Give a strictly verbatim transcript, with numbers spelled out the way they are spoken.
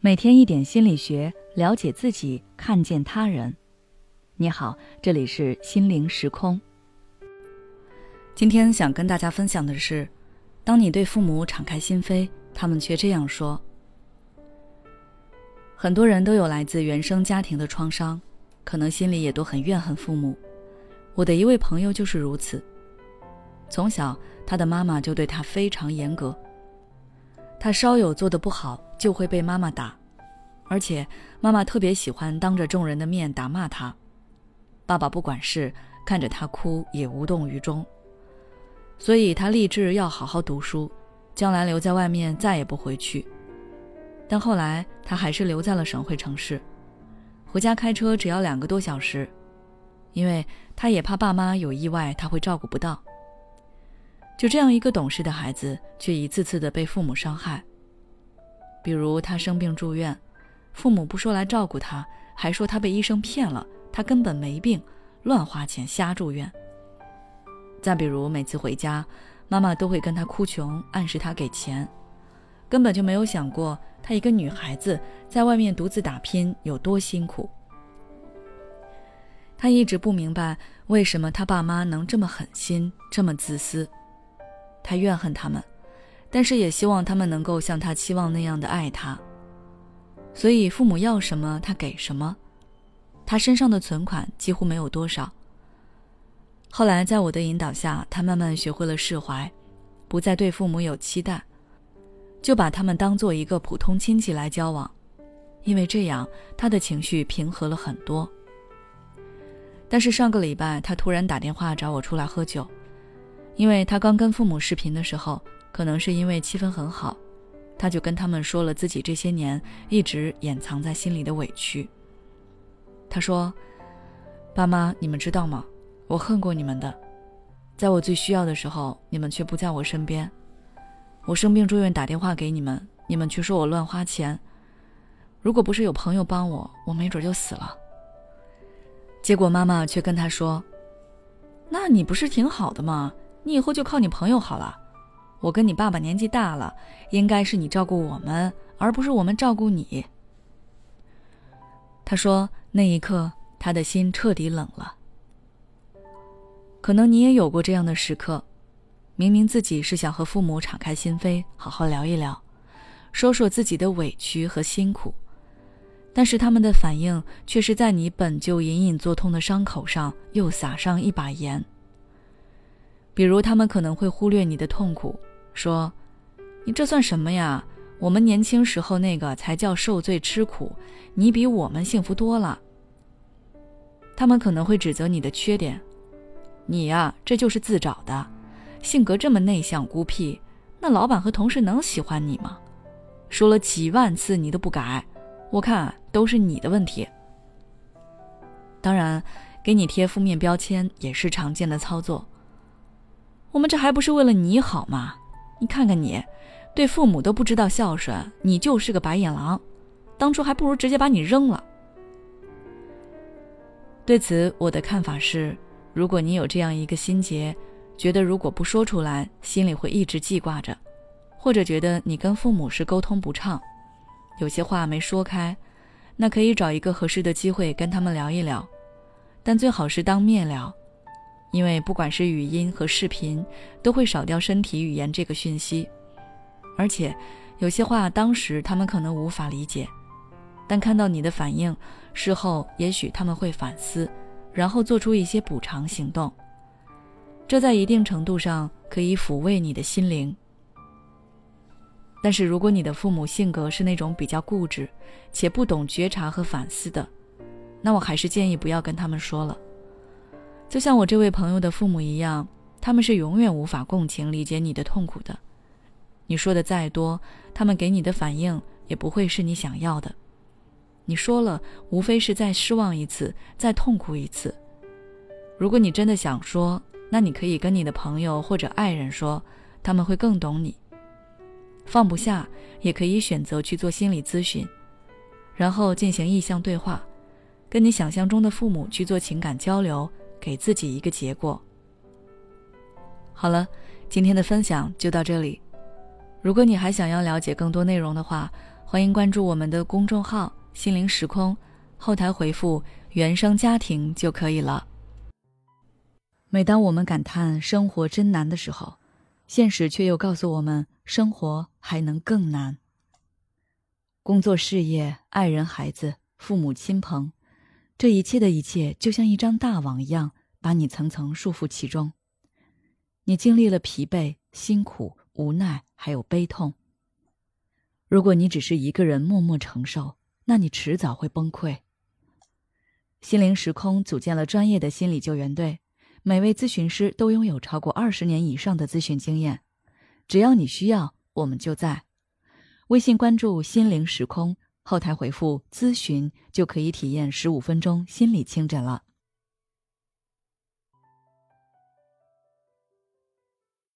每天一点心理学，了解自己，看见他人。你好，这里是心灵时空。今天想跟大家分享的是，当你对父母敞开心扉，他们却这样说。很多人都有来自原生家庭的创伤，可能心里也都很怨恨父母。我的一位朋友就是如此。从小，他的妈妈就对他非常严格，他稍有做得不好就会被妈妈打，而且妈妈特别喜欢当着众人的面打骂他。爸爸不管事，看着他哭也无动于衷。所以他立志要好好读书，将来留在外面再也不回去。但后来他还是留在了省会城市，回家开车只要两个多小时，因为他也怕爸妈有意外他会照顾不到。就这样一个懂事的孩子，却一次次的被父母伤害。比如他生病住院，父母不说来照顾他，还说他被医生骗了，他根本没病，乱花钱瞎住院。再比如每次回家，妈妈都会跟他哭穷，暗示他给钱，根本就没有想过她一个女孩子在外面独自打拼有多辛苦。他一直不明白为什么他爸妈能这么狠心，这么自私。他怨恨他们，但是也希望他们能够像他期望那样的爱他。所以父母要什么他给什么，他身上的存款几乎没有多少。后来在我的引导下，他慢慢学会了释怀，不再对父母有期待，就把他们当做一个普通亲戚来交往，因为这样他的情绪平和了很多。但是上个礼拜他突然打电话找我出来喝酒，因为他刚跟父母视频的时候，可能是因为气氛很好，他就跟他们说了自己这些年一直掩藏在心里的委屈。他说，爸妈，你们知道吗？我恨过你们的，在我最需要的时候，你们却不在我身边。我生病住院打电话给你们，你们却说我乱花钱。如果不是有朋友帮我，我没准就死了。结果妈妈却跟他说，那你不是挺好的吗？你以后就靠你朋友好了。我跟你爸爸年纪大了，应该是你照顾我们，而不是我们照顾你。他说，那一刻他的心彻底冷了。可能你也有过这样的时刻，明明自己是想和父母敞开心扉，好好聊一聊，说说自己的委屈和辛苦，但是他们的反应却是在你本就隐隐作痛的伤口上又撒上一把盐。比如他们可能会忽略你的痛苦，说，你这算什么呀？我们年轻时候那个才叫受罪吃苦，你比我们幸福多了。他们可能会指责你的缺点，你呀，这就是自找的，性格这么内向孤僻，那老板和同事能喜欢你吗？说了几万次你都不改，我看都是你的问题。当然，给你贴负面标签也是常见的操作。我们这还不是为了你好吗？你看看你，对父母都不知道孝顺，你就是个白眼狼，当初还不如直接把你扔了。对此，我的看法是，如果你有这样一个心结，觉得如果不说出来，心里会一直记挂着，或者觉得你跟父母是沟通不畅，有些话没说开，那可以找一个合适的机会跟他们聊一聊，但最好是当面聊，因为不管是语音和视频，都会少掉身体语言这个讯息，而且有些话当时他们可能无法理解，但看到你的反应，事后也许他们会反思，然后做出一些补偿行动，这在一定程度上可以抚慰你的心灵。但是如果你的父母性格是那种比较固执且不懂觉察和反思的，那我还是建议不要跟他们说了。就像我这位朋友的父母一样，他们是永远无法共情理解你的痛苦的，你说的再多，他们给你的反应也不会是你想要的，你说了无非是再失望一次，再痛苦一次。如果你真的想说，那你可以跟你的朋友或者爱人说，他们会更懂你。放不下也可以选择去做心理咨询，然后进行意向对话，跟你想象中的父母去做情感交流，给自己一个结果。好了，今天的分享就到这里。如果你还想要了解更多内容的话， 欢迎关注我们的公众号心灵时空，后台回复原生家庭就可以了。每当我们感叹生活真难的时候，现实却又告诉我们生活还能更难。工作事业、爱人孩子、父母亲朋，这一切的一切就像一张大网一样，把你层层束缚其中。你经历了疲惫、辛苦、无奈，还有悲痛。如果你只是一个人默默承受，那你迟早会崩溃。心灵时空组建了专业的心理救援队，每位咨询师都拥有超过二十年以上的咨询经验。只要你需要，我们就在。微信关注心灵时空，后台回复咨询就可以体验十五分钟心理清诊了。